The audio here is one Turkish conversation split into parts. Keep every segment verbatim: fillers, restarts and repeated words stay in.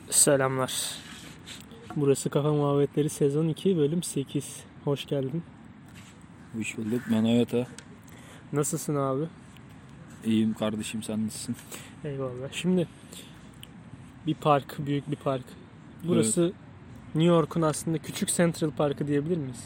Selamlar. Burası Kafa Muhabbetleri sezon iki bölüm sekiz. Hoş geldin. Hoş bulduk. Ben Hayata. Nasılsın abi? İyiyim kardeşim, sen nasılsın? Eyvallah. Şimdi bir park, büyük bir park. Burası evet. New York'un aslında küçük Central Park'ı diyebilir miyiz?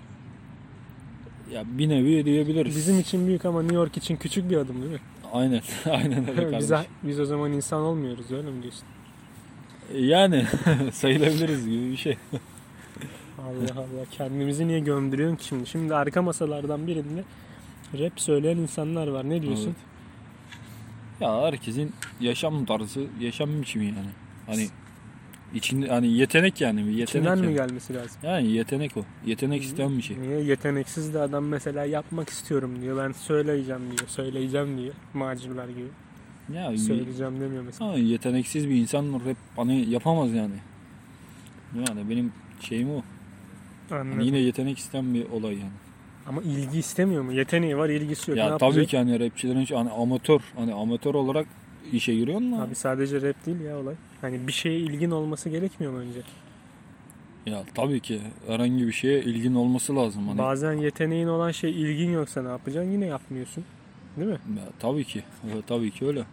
Ya bir nevi diyebiliriz. Bizim için büyük ama New York için küçük bir adım değil mi? Aynen. Aynen öyle kardeşim. biz, biz o zaman insan olmuyoruz, öyle mi diyorsun? Yani sayılabiliriz gibi bir şey. Allah Allah, kendimizi niye gömdürüyorsun ki şimdi? Şimdi arka masalardan birinde rap söyleyen insanlar var. Ne diyorsun? Evet. Ya herkesin yaşam tarzı, yaşam biçimi yani. Hani içinde hani yetenek yani bir yetenek. İçinden yani. mi gelmesi lazım? Yani yetenek o. Yetenek isteyen bir şey. Niye? Yeteneksiz de adam mesela yapmak istiyorum diyor. Ben söyleyeceğim diyor. Söyleyeceğim diyor. Macirler gibi. Ya söyleyeceğim demiyor mesela. Ha, yeteneksiz bir insan rap hani yapamaz yani. Yani benim şeyim o. Hani yine yetenek isteyen bir olay yani. Ama ilgi istemiyor mu? Yeteneği var, ilgisi yok. Ya ne tabii yapacak? ki hani rapçilerin hani amatör, hani amatör olarak işe giriyor mu? Abi sadece rap değil ya olay. Hani bir şeye ilgin olması gerekmiyor mu önce? Ya tabii ki herhangi bir şeye ilgin olması lazım. Hani... Bazen yeteneğin olan şey ilgin yoksa ne yapacaksın? Yine yapmıyorsun. Değil mi? Ya tabii ki. Evet, tabii ki öyle.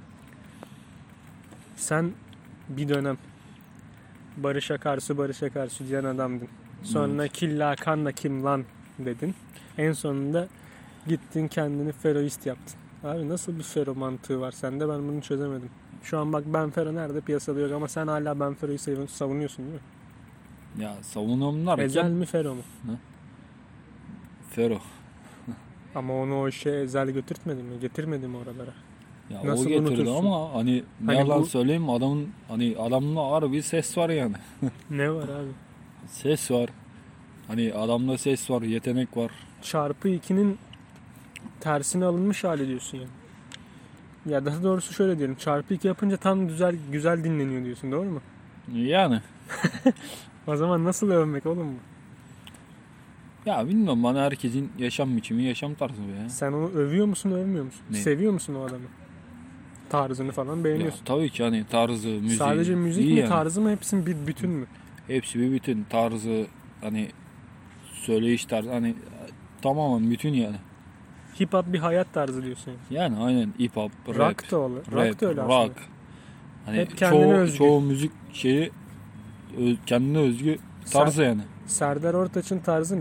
Sen bir dönem Barış Akarsu Barış Akarsu diyen adamdın. Sonra evet. Killa Kan da kim lan dedin. En sonunda gittin kendini feroist yaptın. Abi nasıl bir fero mantığı var sende, ben bunu çözemedim. Şu an bak Ben Fero nerede, piyasada yok ama sen hala Ben Fero'yu savunuyorsun değil mi? Ya savunuyorum derken... Ezel mi Fero mu? Ne? Fero. Ama onu o işe Ezel götürtmedi mi? Getirmedi mi oralara? Ya nasıl o getirdi unutursun? Ama hani ne hani yalan bu... söyleyeyim, adamın hani adamda ağır bir ses var yani. Ne var abi? Ses var. Hani adamda ses var, yetenek var. Çarpı ikinin tersine alınmış hali diyorsun yani. Ya daha doğrusu şöyle diyorum. Çarpı iki yapınca tam güzel güzel dinleniyor diyorsun, doğru mu? Yani. O zaman nasıl övmek oğlum bu? Ya bilmiyorum, bana herkesin yaşam biçimi, yaşam tarzı bu ya. Sen onu övüyor musun, övmüyor musun? Ne? Seviyor musun o adamı? Tarzını falan beğeniyorsun. Ya, tabii ki hani tarzı, müziği. Sadece müzik mi, yani. Tarzı mı, hepsinin bir bütün mü? Hepsi bir bütün. Tarzı, hani söyleyiş tarzı, hani tamamen bütün yani. Hip hop bir hayat tarzı diyorsun yani. Yani aynen hip hop, rap, rock da olur. Rap, rock da öyle rock. aslında. Hani hep kendine çoğu, özgü. Çoğu müzik şeyi kendine özgü tarzı Ser, yani. Serdar Ortaç'ın tarzı ne?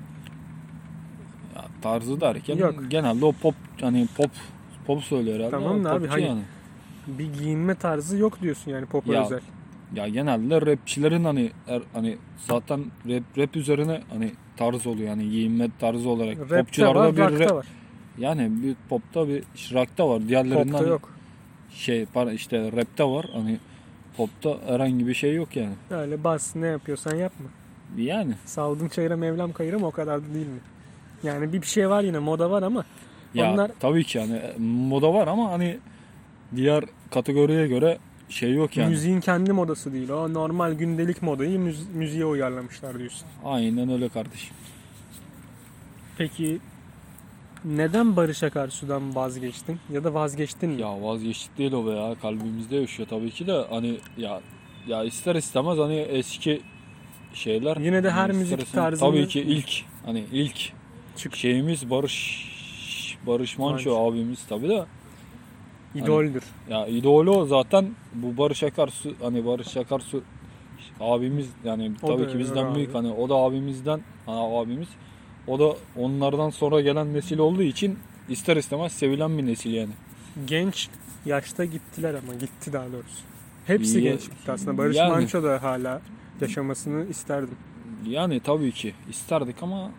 Ya, tarzı derken yok. Genelde o pop, hani pop pop söylüyor herhalde. Tamam da abi hani yani. Bir giyinme tarzı yok diyorsun yani pop'a ya, özel. Ya genelde rapçilerin hani er, hani zaten rap rap üzerine hani tarz oluyor yani giyinme tarzı olarak. Rap'te Popçularda var, bir rock'ta rap, var. yani bir popta bir rock'ta var. Diğerlerinden pop'ta yok. Şey işte rap'te var. Hani popta herhangi bir şey yok yani. Öyle bas, ne yapıyorsan yapma. Yani. Saldım çayıra Mevlam kayıra mı, o kadar da değil mi? Yani bir şey var, yine moda var ama ya, onlar... tabii ki yani moda var ama hani diğer kategoriye göre şey yok yani. Müziğin kendi modası değil. O normal gündelik modayı müzi- müziğe uyarlamışlar diyorsun. Aynen öyle kardeşim. Peki neden Barış Akarsu'dan vazgeçtin? Ya da vazgeçtin mi? Ya vazgeçtik değil o be ya. Kalbimizde yaşıyor tabii ki de hani ya ya ister istemez hani eski şeyler. Yine de her hani müzik tarzı. Tabii ki ilk hani ilk Çık. şeyimiz Barış Barış Manço Manç. abimiz tabii de. İdoldür. Hani, ya idolü o zaten, bu Barış Akarsu, hani Barış Akarsu abimiz yani o tabii ki bizden büyük, hani o da abimizden, hani abimiz. O da onlardan sonra gelen nesil olduğu için ister istemez sevilen bir nesil yani. Genç yaşta gittiler ama gitti daha doğrusu. Hepsi ya, genç gitti aslında. Barış yani, Manço da hala yaşamasını isterdim. Yani tabii ki isterdik ama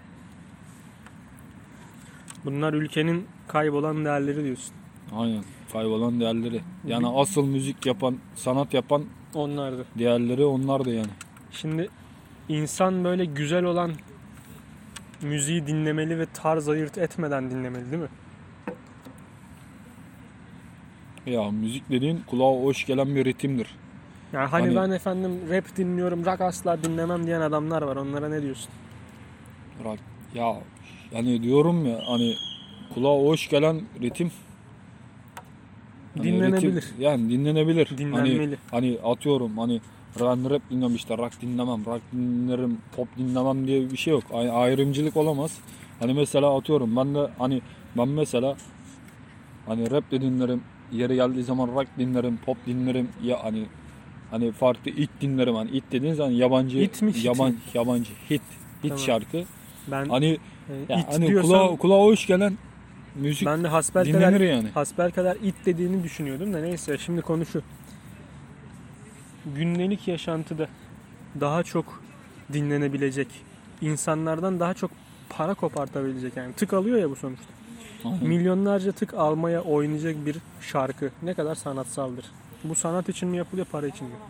bunlar ülkenin kaybolan değerleri diyorsun. Aynen, kaybolan değerleri. Yani bir, asıl müzik yapan, sanat yapan onlardı. Değerleri onlardı yani. Şimdi insan böyle güzel olan müziği dinlemeli ve tarz ayırt etmeden dinlemeli değil mi? Ya müzik dediğin kulağa hoş gelen bir ritimdir. Yani hani, hani ben efendim rap dinliyorum, rock asla dinlemem diyen adamlar var. Onlara ne diyorsun? Rock, ya yani diyorum ya, hani kulağa hoş gelen ritim Hani Dinlenebilir. ritim, yani dinlenebilir. Dinlenmeli. Hani, hani atıyorum hani ben rap dinliyorum işte rock dinlemem, rock dinlerim, pop dinlemem diye bir şey yok. Ay- ayrımcılık olamaz. Hani mesela atıyorum ben de hani ben mesela hani rap de dinlerim, yeri geldiği zaman rock dinlerim, pop dinlerim ya hani hani farklı it dinlerim. Hani it dediğin zaman yabancı It mi, hit yaban mi? yabancı hit hit Tamam. şarkı. Ben Hani e, ya it hani diyorsan kulağa kulağa hoş gelen müzik ben de hasbelkader dinlenir yani. hasbelkader it dediğini düşünüyordum da neyse, şimdi konu şu. Gündelik yaşantıda daha çok dinlenebilecek, insanlardan daha çok para kopartabilecek, yani tık alıyor ya bu sonuçta. Aynen. Milyonlarca tık almaya oynayacak bir şarkı ne kadar sanatsaldır? Bu sanat için mi yapılıyor, para için mi?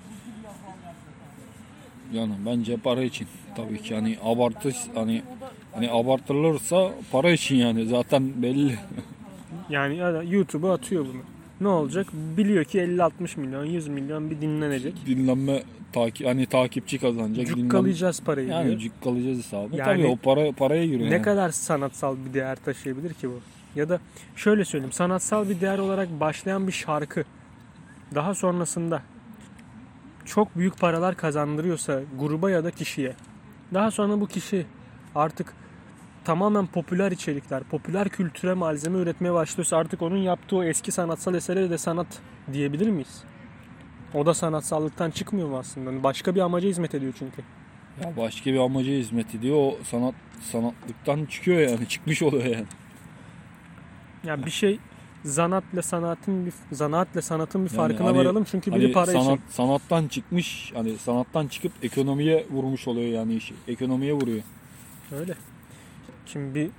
Yani bence para için tabii ki hani abartı hani hani abartılırsa para için yani zaten belli. Yani ya da YouTube'a atıyor bunu. Ne olacak? Biliyor ki elli altmış milyon, yüz milyon bir dinlenecek. Dinlenme takip hani takipçi kazanacak. Cukkalayacağız parayı Yani diyor. cukkalayacağız hesabı. Yani Tabii o para paraya giriyor. Ne yani. kadar sanatsal bir değer taşıyabilir ki bu? Ya da şöyle söyleyeyim, sanatsal bir değer olarak başlayan bir şarkı daha sonrasında çok büyük paralar kazandırıyorsa gruba ya da kişiye, daha sonra bu kişi artık tamamen popüler içerikler, popüler kültüre malzeme üretmeye başlıyorsa artık onun yaptığı o eski sanatsal esere de sanat diyebilir miyiz? O da sanatsallıktan çıkmıyor mu aslında? Başka bir amaca hizmet ediyor çünkü. Ya başka bir amaca hizmet ediyor. O sanat sanatlıktan çıkıyor yani. Çıkmış oluyor yani. Ya bir şey zanaatla sanatın bir zanaatla sanatın bir Yani farkına hani- varalım çünkü biri Hani para sanat, için. sanattan çıkmış hani sanattan çıkıp ekonomiye vurmuş oluyor yani işi. Ekonomiye vuruyor. Öyle. Şimdi bir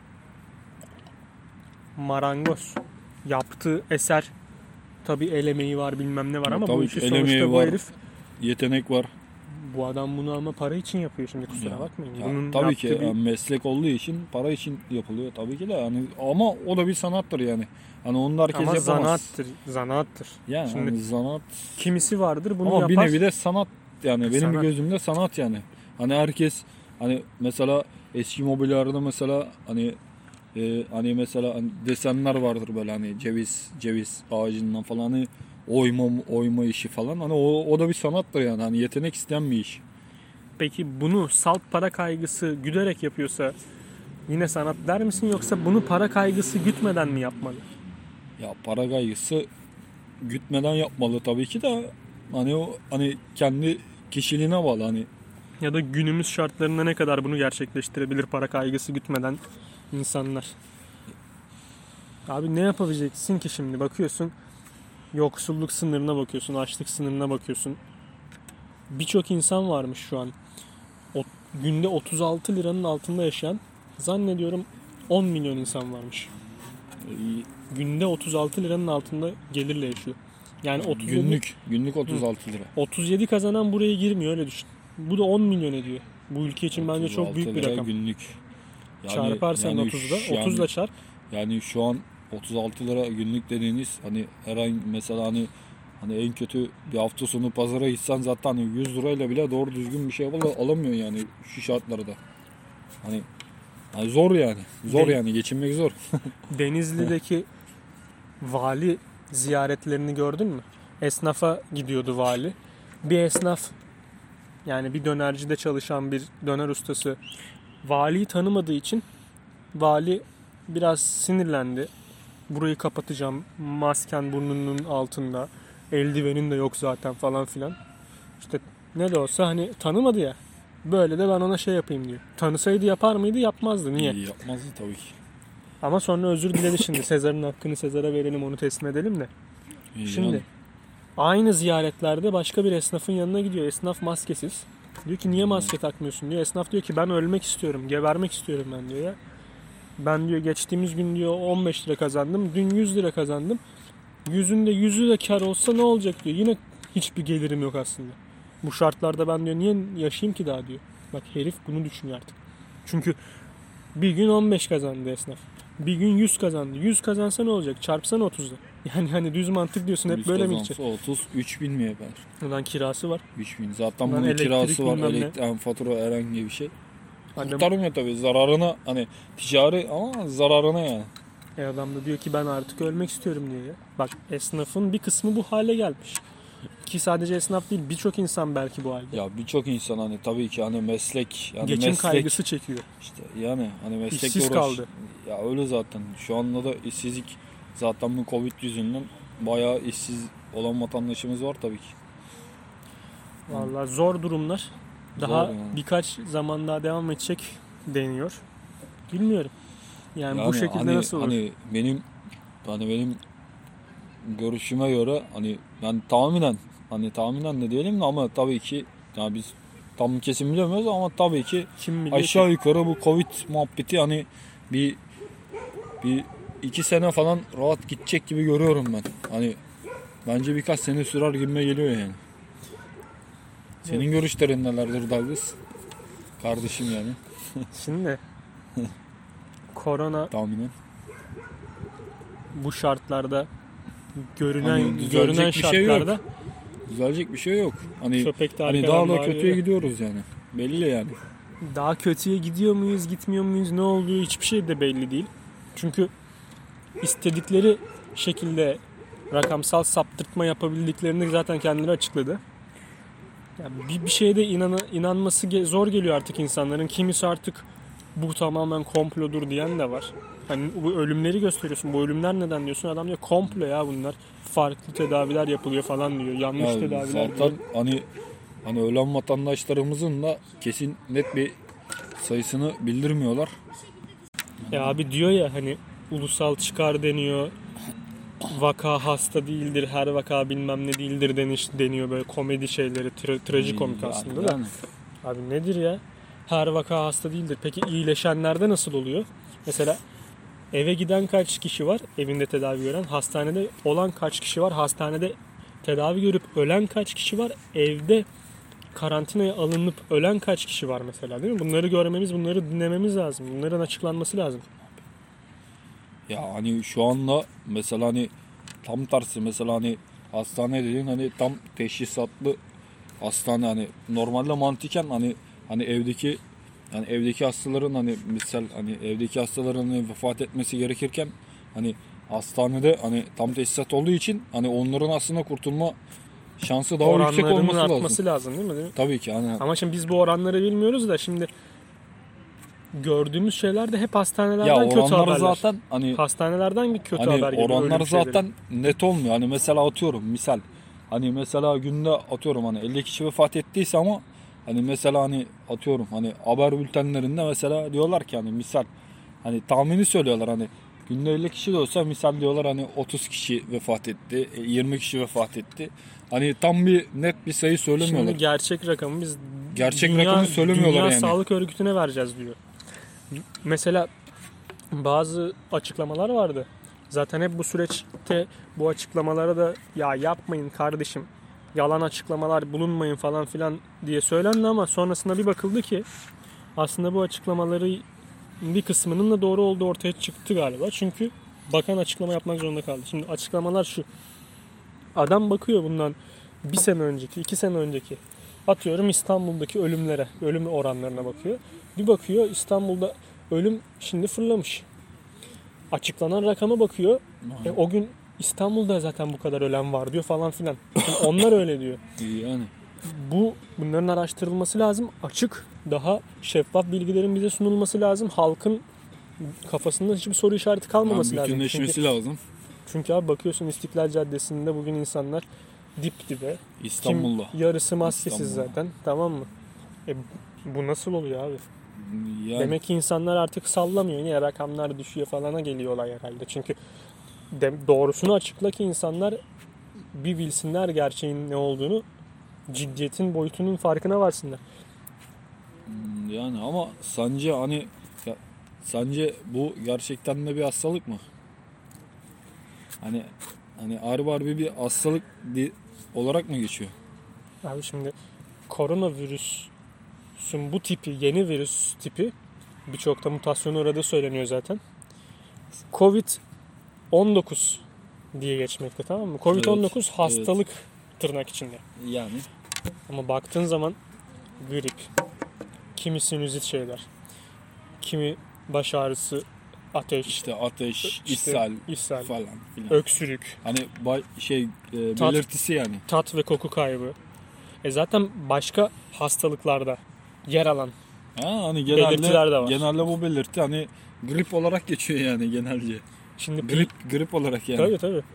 marangoz yaptığı eser, tabii el emeği var, bilmem ne var Ya ama tabii bu ki işi el sonuçta emeği bu var. herif, Yetenek var. bu adam bunu ama para için yapıyor şimdi, kusura Ya, bakmayın. ya Bunun tabii ki yaptığı bir- yani meslek olduğu için para için yapılıyor tabii ki de yani ama o da bir sanattır yani. Hani onu da herkes ama yapamaz. zanaattır, zanaattır. Yani Şimdi hani zanaat kimisi vardır bunu ama yapar. bir nevi de sanat yani benim Sanat. gözümde sanat yani. Hani herkes hani mesela eski mobilyalarda mesela hani e, hani mesela hani desenler vardır böyle hani ceviz ceviz ağacından falan hani oyma oyma işi falan hani o, o da bir sanattır yani hani yetenek isteyen bir iş. Peki bunu salt para kaygısı güderek yapıyorsa yine sanat der misin, yoksa bunu para kaygısı gütmeden mi yapmalı? Ya para kaygısı gütmeden yapmalı tabii ki de hani o hani kendi kişiliğine bağlı hani Ya da günümüz şartlarında ne kadar bunu gerçekleştirebilir para kaygısı gütmeden insanlar? Abi ne yapabileceksin ki şimdi? Bakıyorsun yoksulluk sınırına bakıyorsun, açlık sınırına bakıyorsun. Birçok insan varmış şu an. O, günde otuz altı liranın altında yaşayan, zannediyorum on milyon insan varmış. e, Günde otuz altı liranın altında gelirle yaşıyor. Yani otuz yedi, günlük günlük otuz altı lira. otuz yedi kazanan buraya girmiyor, öyle düşün. Bu da on milyon ediyor. Bu ülke için bence çok otuz altı büyük bir lira rakam. günlük. Yani, Çarparsan yani otuzda, şu- otuzla yani, çarp. yani şu an otuz altı lira günlük dediğiniz hani herhangi mesela hani hani en kötü bir hafta sonu pazara gitsen zaten hani yüz lirayla bile doğru düzgün bir şey al- alamıyorsun yani şu şartlarda. Hani, hani zor yani. Zor Değil. yani geçinmek zor. Denizli'deki vali ziyaretlerini gördün mü? Esnafa gidiyordu vali. Bir esnaf, yani bir dönercide çalışan bir döner ustası valiyi tanımadığı için vali biraz sinirlendi. Burayı kapatacağım, masken burnunun altında, eldivenin de yok zaten falan filan. İşte ne de olsa hani tanımadı ya. Böyle de ben ona şey yapayım diyor. Tanısaydı yapar mıydı? Yapmazdı. Niye? İyi yapmazdı tabii ki. Ama sonra özür diledi şimdi. Sezar'ın hakkını Sezar'a verelim, onu teslim edelim de. İyi Şimdi yani. aynı ziyaretlerde başka bir esnafın yanına gidiyor. Esnaf maskesiz. Diyor ki niye maske takmıyorsun diyor. Esnaf diyor ki ben ölmek istiyorum. Gebermek istiyorum ben diyor ya. Ben diyor geçtiğimiz gün diyor on beş lira kazandım. Dün yüz lira kazandım. Yüzünde yüzü de kar olsa ne olacak diyor. Yine hiçbir gelirim yok aslında. Bu şartlarda ben diyor niye yaşayayım ki daha diyor. Bak herif bunu düşünüyor artık. Çünkü bir gün on beş kazandı esnaf. Bir gün yüz kazandı. yüz kazansa ne olacak? Çarpsana otuzla. Yani hani düz mantık diyorsun, hep Yüz böyle mi kazansa gidecek? otuz üç bin mi yapar? Ulan kirası var. üç bin. Zaten Lan bunun elektrik kirası var. bilmem ne. Elektrik, yani fatura herhangi bir şey. Annem, Kurtarmıyor tabii zararına hani ticari ama zararına yani. E adam da diyor ki ben artık ölmek istiyorum diyor ya. Bak esnafın bir kısmı bu hale gelmiş. Ki sadece esnaf değil birçok insan belki bu halde. Ya birçok insan hani tabii ki hani meslek yani Geçim meslek, kaygısı çekiyor. işte yani hani meslekle İşsiz uğraş. kaldı. Ya öyle zaten. Şu anda da işsizlik zaten bu Covid yüzünden bayağı işsiz olan vatandaşımız var tabii ki. Vallahi zor durumlar. Daha Zor yani. birkaç zaman daha devam edecek deniyor. Bilmiyorum. Yani, Yani bu şekilde hani, nasıl olur? Hani benim hani benim görüşüme göre hani ben tahminen hani tahminen de diyelim de ama tabii ki yani biz tam kesin bilemiyoruz ama tabii ki Kim biliyor aşağı ki? yukarı bu Covid muhabbeti hani bir bir iki sene falan rahat gidecek gibi görüyorum ben. Hani bence birkaç sene sürer gibime geliyor yani. Senin Evet. görüşlerin nelerdir Douglas? Kardeşim yani Şimdi korona tahminen. bu şartlarda görünen Hani düzelecek görünen bir şey yok. şartlarda Düzelecek bir şey yok. Hani köpek de hani arkadan daha da bağırıyor. kötüye gidiyoruz yani. Belli yani. Daha kötüye gidiyor muyuz, gitmiyor muyuz, ne olduğu hiçbir şey de belli değil. Çünkü istedikleri şekilde rakamsal saptırtma yapabildiklerini zaten kendileri açıkladı. Yani bir, bir şeyde inana, inanması ge- zor geliyor artık insanların. Kimisi artık bu tamamen komplodur diyen de var. Hani bu ölümleri gösteriyorsun. Bu ölümler neden diyorsun? Adam diyor komplo ya bunlar. Farklı tedaviler yapılıyor falan diyor. Yanlış Ya tedaviler zaten diyor. hani hani ölen vatandaşlarımızın da kesin net bir sayısını bildirmiyorlar. Ya abi diyor ya hani ulusal çıkar deniyor. Vaka hasta değildir, her vaka bilmem ne değildir deniş, deniyor böyle komedi şeyleri, tra- trajikomik Yani- aslında da. yani. Abi nedir ya? Her vaka hasta değildir. Peki iyileşenlerde nasıl oluyor? Mesela eve giden kaç kişi var? Evinde tedavi gören. Hastanede olan kaç kişi var? Hastanede tedavi görüp ölen kaç kişi var? Evde karantinaya alınıp ölen kaç kişi var mesela değil mi? Bunları görmemiz, bunları dinlememiz lazım. Bunların açıklanması lazım. Ya hani şu anda mesela hani tam tersi mesela hani hastane dediğin hani tam teşhisatlı hastane hani normalde mantıken hani hani evdeki yani evdeki hastaların hani misal hani evdeki hastaların hani vefat etmesi gerekirken hani hastanede hani tam teşhisat olduğu için hani onların aslında kurtulma şansı daha yüksek Oranlarının olması lazım. artması lazım değil mi? Değil mi? Tabii ki hani Ama şimdi biz bu oranları bilmiyoruz da şimdi gördüğümüz şeyler de hep ya hastanelerden kötü oranları haberler. zaten hani Hastanelerden bir kötü hani haber geliyor. oranlar ölüm şeyleri. zaten net olmuyor. Hani mesela atıyorum misal hani mesela günde atıyorum hani elli kişi vefat ettiyse ama hani mesela hani atıyorum hani haber bültenlerinde mesela diyorlar ki hani misal hani tahmini söylüyorlar hani günde elli kişi de olsa misal diyorlar hani otuz kişi vefat etti, yirmi kişi vefat etti. Hani tam bir net bir sayı söylemiyorlar. Şimdi gerçek rakamı biz Gerçek dünya, rakamı söylemiyorlar Dünya yani. Sağlık Örgütü'ne vereceğiz diyor. Mesela bazı açıklamalar vardı. Zaten hep bu süreçte bu açıklamalara da ya yapmayın kardeşim, yalan açıklamalar bulunmayın falan filan diye söylendi ama sonrasında bir bakıldı ki aslında bu açıklamaları bir kısmının da doğru olduğu ortaya çıktı galiba. Çünkü bakan açıklama yapmak zorunda kaldı. Şimdi açıklamalar şu. Adam bakıyor bundan bir sene önceki, iki sene önceki atıyorum İstanbul'daki ölümlere, ölüm oranlarına bakıyor. Bir bakıyor İstanbul'da ölüm şimdi fırlamış. Açıklanan rakama bakıyor. E, o gün İstanbul'da zaten bu kadar ölen var diyor falan filan. Şimdi onlar öyle diyor. Yani Bu bunların araştırılması lazım. Açık, daha şeffaf bilgilerin bize sunulması lazım. Halkın kafasında hiçbir soru işareti kalmaması yani lazım. bütünleşmesi Çünkü, lazım. çünkü abi bakıyorsun İstiklal Caddesi'nde bugün insanlar dip dibe. İstanbul'da. Kim yarısı maskesiz İstanbul'da. zaten. Tamam mı? E, bu nasıl oluyor abi? Yani, Demek ki insanlar artık sallamıyor. Niye rakamlar düşüyor falana geliyor olay herhalde. Çünkü de, doğrusunu açıkla ki insanlar bir bilsinler gerçeğin ne olduğunu, ciddiyetin boyutunun farkına varsınlar. yani ama sence hani ya, sence bu gerçekten de bir hastalık mı? Hani hani harbi harbi bir hastalık di- olarak mı geçiyor? Abi şimdi koronavirüsün bu tipi, yeni virüs tipi birçok da mutasyona uğradığı söyleniyor zaten. covid on dokuz diye geçmekte, tamam mı? covid on dokuz Evet, hastalık tırnak içinde. Yani Ama baktığın zaman grip, kimi sinüzit şeyler, kimi baş ağrısı, ateş, İşte ateş, işte ishal, ishal, falan filan. öksürük, Hani bay, şey e, Tat- belirtisi yani. tat ve koku kaybı. E zaten başka hastalıklarda yer alan Ha, hani belirtiler de genelde var. genelde bu belirti hani grip olarak geçiyor yani genelce. Şimdi Grip grip olarak yani. Tabii tabii.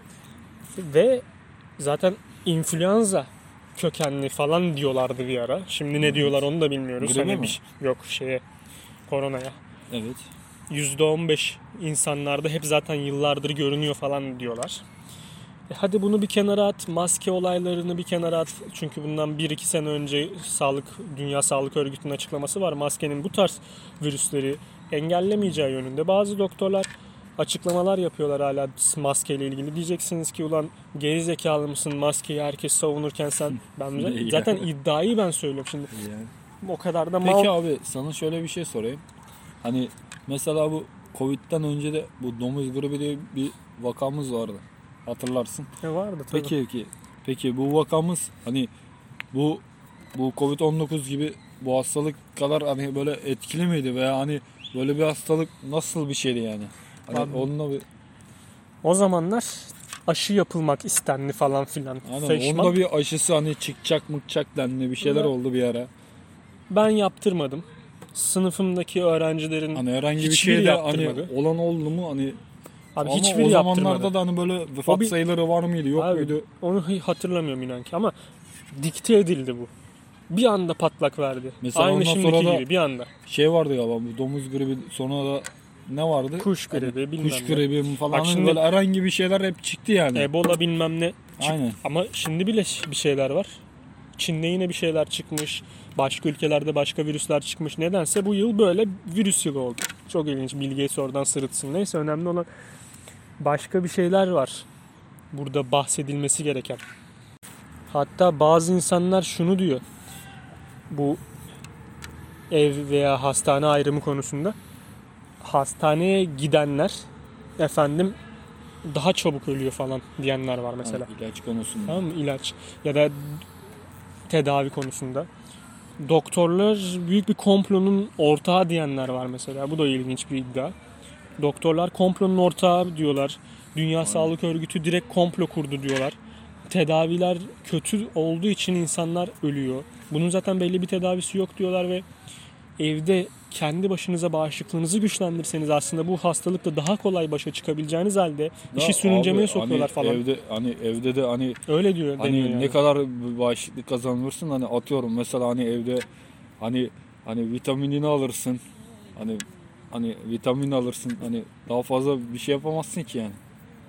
Ve zaten influenza kökenli falan diyorlardı bir ara. Şimdi ne diyorlar onu da bilmiyoruz. Gribe Hani mi? bir, yok şeye, koronaya. Evet. yüzde on beş insanlarda hep zaten yıllardır görünüyor falan diyorlar. E hadi bunu bir kenara at, maske olaylarını bir kenara at. Çünkü bundan bir iki sene önce Sağlık Dünya Sağlık Örgütü'nün açıklaması var. Maskenin bu tarz virüsleri engellemeyeceği yönünde. Bazı doktorlar açıklamalar yapıyorlar hala maskeyle ilgili. Diyeceksiniz ki ulan geri zekalı mısın, maskeyi herkes savunurken sen, ben zaten iddiayı ben söylüyorum şimdi. Yani. O kadar da mal. Peki abi sana şöyle bir şey sorayım. Hani mesela bu Covid'den önce de bu domuz gribi diye bir vakamız vardı. Hatırlarsın. E vardı tabii. Peki ki peki bu vakamız hani bu bu Covid on dokuz gibi bu hastalık kadar hani böyle etkili miydi veya hani böyle bir hastalık nasıl bir şeydi yani? Hani Abi, onunla bir o zamanlar aşı yapılmak istendi falan filan. Aynen, onda bir aşısı hani çıkacak mıkacak dendi bir şeyler Ben- oldu bir ara. Ben yaptırmadım. Sınıfımdaki öğrencilerin Hani herhangi bir hiçbiri şeyde hani yaptırmadı. olan oldu mu hani Abi ama hiçbiri o zamanlarda yaptırmadı. da hani böyle vefat O bir- sayıları var mıydı yok Abi, muydu? onu hatırlamıyorum inan ki ama dikte edildi bu. Bir anda patlak verdi. Mesela Aynı ondan şimdiki sonra da- gibi bir anda. Şey vardı ya bu domuz gribi sonra da ne vardı? Kuş gribi Hani bilmem kuş ne. gribi falan Bak hani şimdi- böyle herhangi bir şeyler hep çıktı yani. Ebola bilmem ne. çık- Aynen. Ama şimdi bile bir şeyler var. Çin'de yine bir şeyler çıkmış. Başka ülkelerde başka virüsler çıkmış. Nedense bu yıl böyle virüs yılı oldu. Çok ilginç. Bill Gates oradan sırıtsın. Neyse önemli olan başka bir şeyler var. Burada bahsedilmesi gereken. Hatta bazı insanlar şunu diyor. Bu ev veya hastane ayrımı konusunda. Hastaneye gidenler efendim daha çabuk ölüyor falan diyenler var mesela. Ha, ilaç konusunda. Tamam mı? İlaç ya da tedavi konusunda. Doktorlar büyük bir komplonun ortağı diyenler var mesela. Bu da ilginç bir iddia. Doktorlar komplonun ortağı diyorlar. Dünya Sağlık Örgütü direkt komplo kurdu diyorlar. Tedaviler kötü olduğu için insanlar ölüyor. Bunun zaten belli bir tedavisi yok diyorlar ve evde kendi başınıza bağışıklığınızı güçlendirseniz aslında bu hastalıkla daha kolay başa çıkabileceğiniz halde işi Ya sürüncemeye abi, sokuyorlar hani falan. Evde hani evde de hani Öyle diyor hani deniyor ne yani. kadar bağışıklık kazanırsın hani atıyorum mesela hani evde hani hani vitaminini alırsın. Hani hani vitamin alırsın. Hani daha fazla bir şey yapamazsın ki yani.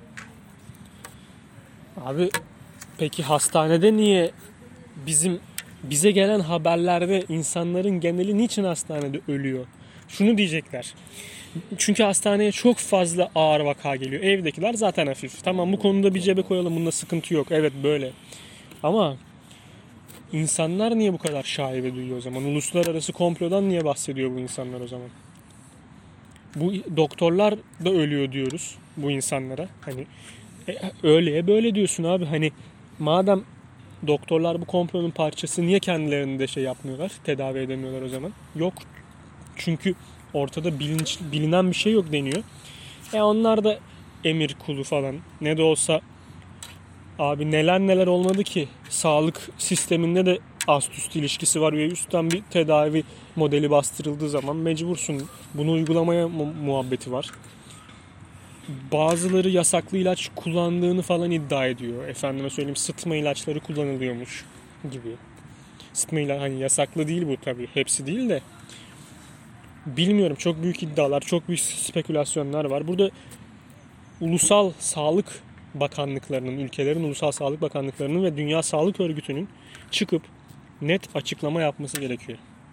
Abi peki hastanede niye bizim bize gelen haberlerde insanların geneli niçin hastanede ölüyor? Şunu diyecekler. Çünkü hastaneye çok fazla ağır vaka geliyor. Evdekiler zaten hafif. Tamam bu konuda bir cebe koyalım. Bunda sıkıntı yok. Evet böyle. Ama insanlar niye bu kadar şaibe duyuyor o zaman? Uluslararası komplodan niye bahsediyor bu insanlar o zaman? Bu doktorlar da ölüyor diyoruz bu insanlara. Hani e, öyleye böyle diyorsun abi. Hani madem doktorlar bu komplonun parçası niye kendilerini de şey yapmıyorlar? Tedavi edemiyorlar o zaman. Yok. Çünkü ortada bilinç, bilinen bir şey yok deniyor. E onlar da emir kulu falan. Ne de olsa abi neler neler olmadı ki. Sağlık sisteminde de ast üst ilişkisi var ve üstten bir tedavi modeli bastırıldığı zaman mecbursun. Bunu uygulamaya mu- muhabbeti var. Bazıları yasaklı ilaç kullandığını falan iddia ediyor. Efendime söyleyeyim sıtma ilaçları kullanılıyormuş gibi. Sıtma ilaç hani yasaklı değil bu tabii. Hepsi değil de. Bilmiyorum, çok büyük iddialar, çok büyük spekülasyonlar var. Burada ulusal sağlık bakanlıklarının, ülkelerin ulusal sağlık bakanlıklarının ve Dünya Sağlık Örgütü'nün çıkıp net açıklama yapması gerekiyor.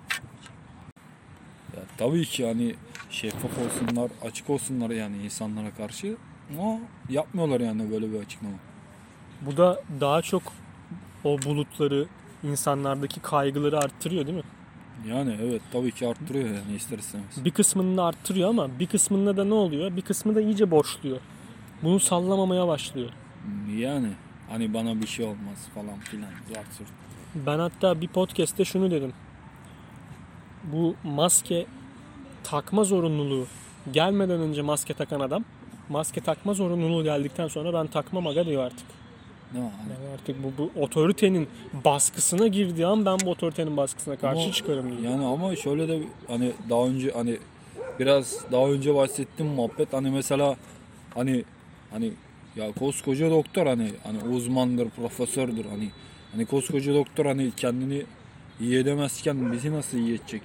Ya tabii ki hani şeffaf olsunlar, açık olsunlar yani insanlara karşı. Ama yapmıyorlar yani böyle bir açıklama. Bu da daha çok o bulutları, insanlardaki kaygıları arttırıyor değil mi? Yani evet tabii ki arttırıyor yani ister istemez. Bir kısmını da arttırıyor ama bir kısmında da ne oluyor? Bir kısmı da iyice boşluyor. Bunu sallamamaya başlıyor. Yani hani bana bir şey olmaz falan filan. Zart zurt. Ben hatta bir podcast'te şunu dedim. Bu maske takma zorunluluğu Gelmeden önce maske takan adam maske takma zorunluluğu geldikten sonra ben takmam aga diyor artık. Ne yani? Yani artık bu, bu otoritenin baskısına girdiği an ben bu otoritenin baskısına karşı Ama, çıkarım diyor. Yani ama şöyle de hani daha önce hani biraz daha önce bahsettiğim muhabbet hani mesela hani hani ya koskoca doktor hani hani uzmandır, profesördür hani hani koskoca doktor hani kendini iyi edemezken bizi nasıl iyi edecek?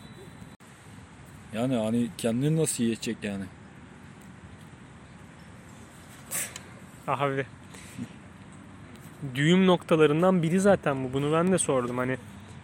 Yani hani kendini nasıl iyi edecek yani? Abi düğüm noktalarından biri zaten bu. Bunu ben de sordum. Hani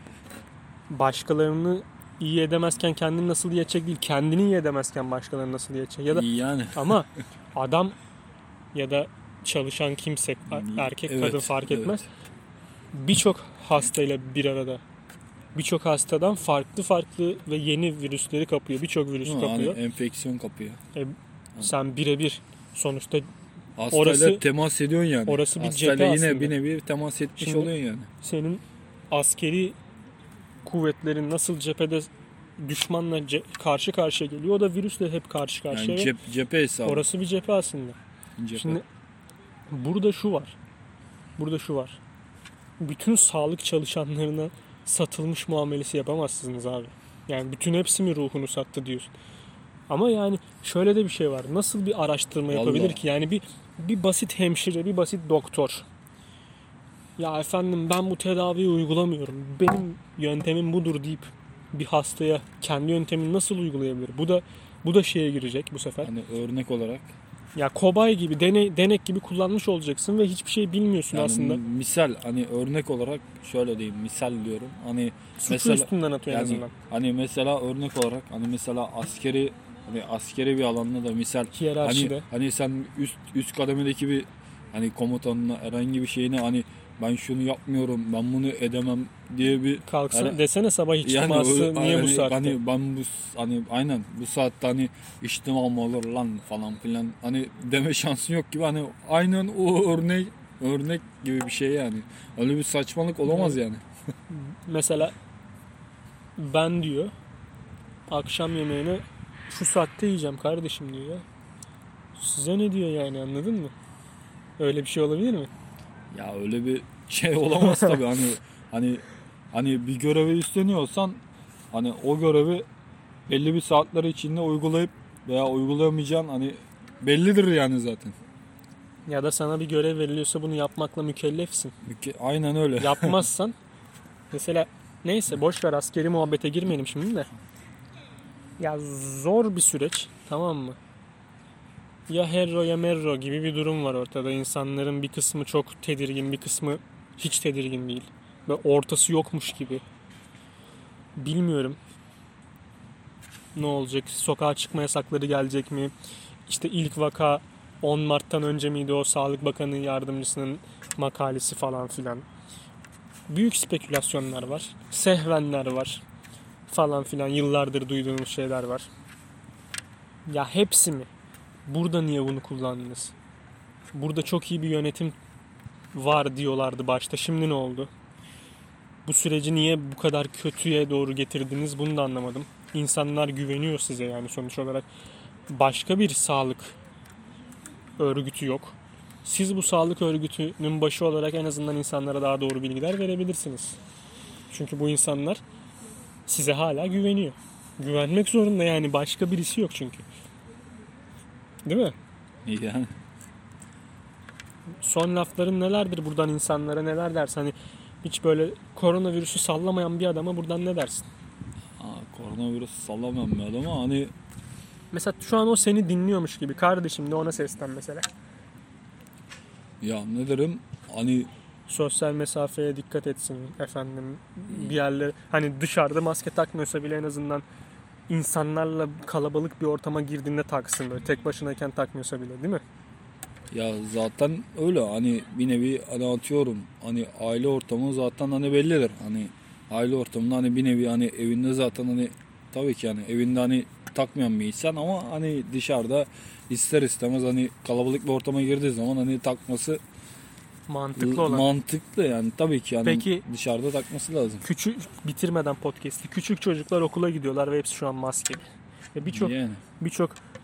başkalarını iyi edemezken kendini nasıl iyi edecek değil, kendini iyi edemezken başkalarını nasıl iyi edecek. Ya da Yani ama adam ya da çalışan kimse, erkek evet, kadın fark evet. etmez. Birçok hastayla bir arada. Birçok hastadan farklı farklı ve yeni virüsleri kapıyor. Birçok virüsü Hı, kapıyor. hani enfeksiyon kapıyor. E, sen birebir sonuçta Hastayla orası, temas ediyorsun yani. orası bir Hastayla cephe yine aslında. bir nevi temas etmiş Şimdi oluyorsun yani. senin askeri kuvvetlerin nasıl cephede düşmanla ce- karşı karşıya geliyor. O da virüsle hep karşı karşıya. Yani cep, cephe hesabı. Orası bir cephe aslında. Cephe. Şimdi burada şu var. Burada şu var. Bütün sağlık çalışanlarına satılmış muamelesi yapamazsınız abi. Yani bütün hepsi mi ruhunu sattı diyorsun. Ama yani şöyle de bir şey var. Nasıl bir araştırma yapabilir Vallahi. ki? Yani bir bir basit hemşire, bir basit doktor. Ya efendim ben bu tedaviyi uygulamıyorum. Benim yöntemim budur deyip bir hastaya kendi yöntemini nasıl uygulayabilir? Bu da bu da şeye girecek bu sefer. Hani örnek olarak. Ya kobay gibi, deney, denek gibi kullanmış olacaksın ve hiçbir şey bilmiyorsun Yani aslında. misal hani örnek olarak şöyle diyeyim misal diyorum. Hani Suçu mesela üstünden atıyor en yani azından. hani mesela örnek olarak hani mesela askeri hani askeri bir alanda da misal Hiyerarşide. hani hani sen üst üst kademedeki bir hani komutanına herhangi bir şeyine hani ben şunu yapmıyorum ben bunu edemem diye bir Kalksa yani, desene sabah içtim o- aslı niye hani, bu saatte? Hani ben bu hani aynen bu saatte hani içtimam mı olur lan falan filan hani deme şansın yok gibi hani aynen o örnek örnek gibi bir şey yani. Öyle bir saçmalık olamaz yani. Mesela ben diyor akşam yemeğini şu saatte yiyeceğim kardeşim diyor ya. Size ne diyor yani, anladın mı? Öyle bir şey olabilir mi? Ya öyle bir şey olamaz tabii hani hani hani bir görevi üstleniyorsan hani o görevi belli bir saatler içinde uygulayıp veya uygulayamayacağın hani bellidir yani zaten. Ya da sana bir görev veriliyorsa bunu yapmakla mükellefsin. Müke- Aynen öyle. Yapmazsan mesela neyse boş ver, askeri muhabbete girmeyelim şimdi de. Ya zor bir süreç, tamam mı? Ya herro ya merro gibi bir durum var ortada. İnsanların bir kısmı çok tedirgin, bir kısmı hiç tedirgin değil. Ve ortası yokmuş gibi. Bilmiyorum. Ne olacak? Sokağa çıkma yasakları gelecek mi? İşte ilk vaka on Mart'tan önce miydi, o Sağlık Bakanı yardımcısının makalesi falan filan. Büyük spekülasyonlar var. Sehvenler var. Falan filan, yıllardır duyduğumuz şeyler var. Ya hepsi mi? Burada niye bunu kullandınız? Burada çok iyi bir yönetim var diyorlardı başta. Şimdi ne oldu? Bu süreci niye bu kadar kötüye doğru getirdiniz? Bunu da anlamadım. İnsanlar güveniyor size yani sonuç olarak. Başka bir sağlık örgütü yok. Siz bu sağlık örgütünün başı olarak en azından insanlara daha doğru bilgiler verebilirsiniz. Çünkü bu insanlar size hala güveniyor. Güvenmek zorunda yani, başka birisi yok çünkü. Değil mi? Yani Son lafların nelerdir buradan insanlara, neler dersin? Hani hiç böyle koronavirüsü sallamayan bir adama buradan ne dersin? aa, koronavirüs sallamam bir adama hani Mesela şu an o seni dinliyormuş gibi. Kardeşim de ona seslen mesela. ya ne derim hani Sosyal mesafeye dikkat etsin efendim. Bir yerlere, hani dışarıda maske takmıyorsa bile en azından insanlarla kalabalık bir ortama girdiğinde taksın, böyle tek başınayken takmıyorsa bile, değil mi? ya zaten öyle hani bir nevi hani atıyorum hani aile ortamı zaten hani bellidir hani aile ortamında hani bir nevi hani evinde zaten hani tabii ki yani evinde hani takmayan bir insan ama hani dışarıda ister istemez hani kalabalık bir ortama girdiği zaman hani takması Mantıklı olan. mantıklı yani tabii ki yani Peki, dışarıda takması lazım. küçük, bitirmeden podcast'i, küçük çocuklar okula gidiyorlar ve hepsi şu an maskeli. Ve birçok Yani. birçok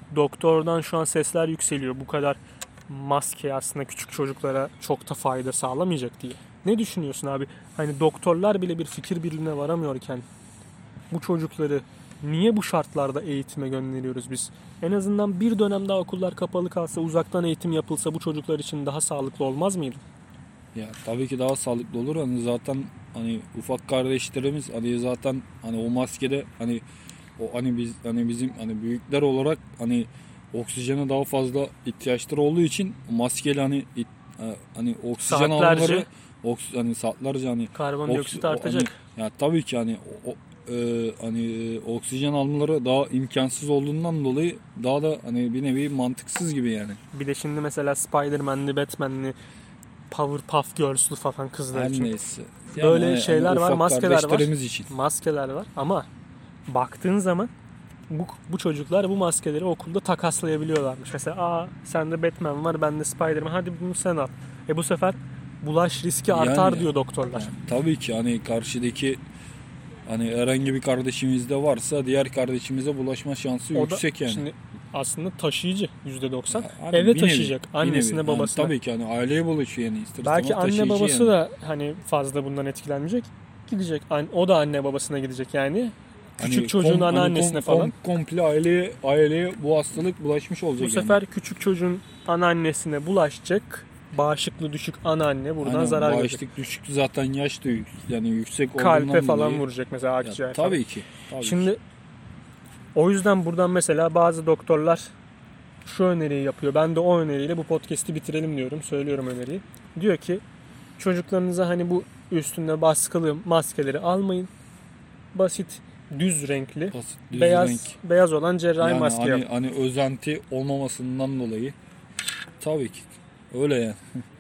doktordan şu an sesler yükseliyor. Bu kadar maske aslında küçük çocuklara çok da fayda sağlamayacak diye. Ne düşünüyorsun abi? Hani doktorlar bile bir fikir birliğine varamıyorken bu çocukları niye bu şartlarda eğitime gönderiyoruz biz? En azından bir dönem daha okullar kapalı kalsa, uzaktan eğitim yapılsa bu çocuklar için daha sağlıklı olmaz mıydı? Ya tabii ki daha sağlıklı olur. Hani zaten hani ufak kardeşlerimiz hani zaten hani o maskede hani o hani biz hani bizim hani büyükler olarak hani oksijene daha fazla ihtiyaçları olduğu için maskeyle hani it, hani oksijen Saatlerce. almaları oks, hani saatlerce hani Karbondioksit oks- artacak. Hani, ya tabii ki hani o, o- e, hani oksijen almaları daha imkansız olduğundan dolayı daha da hani bir nevi mantıksız gibi yani. Bir de şimdi mesela Spider-Man'li, Batman'li, Powerpuff Girls'lu falan kızlar Her için. neyse. Böyle hani- şeyler hani var, ufak maskeler var. kardeşlerimiz için. Maskeler var ama baktığın zaman bu, bu çocuklar bu maskeleri okulda takaslayabiliyorlarmış. Mesela aa sende Batman var, bende Spider-Man, hadi bunu sen al. E bu sefer bulaş riski artar Yani- diyor doktorlar. Yani tabii ki hani karşıdaki hani herhangi bir kardeşimizde varsa diğer kardeşimize bulaşma şansı O da yüksek yani. şimdi aslında taşıyıcı yüzde doksan. Ya hani Eve bir nevi, taşıyacak bir annesine nevi. babasına. Yani tabii ki hani aileye bulaşıyor yani. İster Belki istemez anne taşıyıcı babası yani. da hani fazla bundan etkilenmeyecek. Gidecek. An- O da anne babasına gidecek yani. Küçük Hani çocuğun kom- hani anneannesine kom- falan. kom- komple aileye aileye bu hastalık bulaşmış olacak Bu yani. sefer küçük çocuğun anneannesine bulaşacak. Bağışıklığı düşük anneanne buradan Aynen, zarar görecek. bağışıklık düşük zaten yaş da yük- yani yüksek Kalpe olduğundan falan dolayı. vuracak mesela Ya, akciğer falan. tabii ki. Tabii Şimdi ki. o yüzden buradan mesela bazı doktorlar şu öneriyi yapıyor. Ben de o öneriyle bu podcast'i bitirelim diyorum. Söylüyorum öneriyi. Diyor ki çocuklarınıza hani bu üstünde baskılı maskeleri almayın. Basit, düz renkli, Basit, düz beyaz renk. beyaz olan cerrahi Yani maske hani, yap. hani özenti olmamasından dolayı tabii ki öyle yani.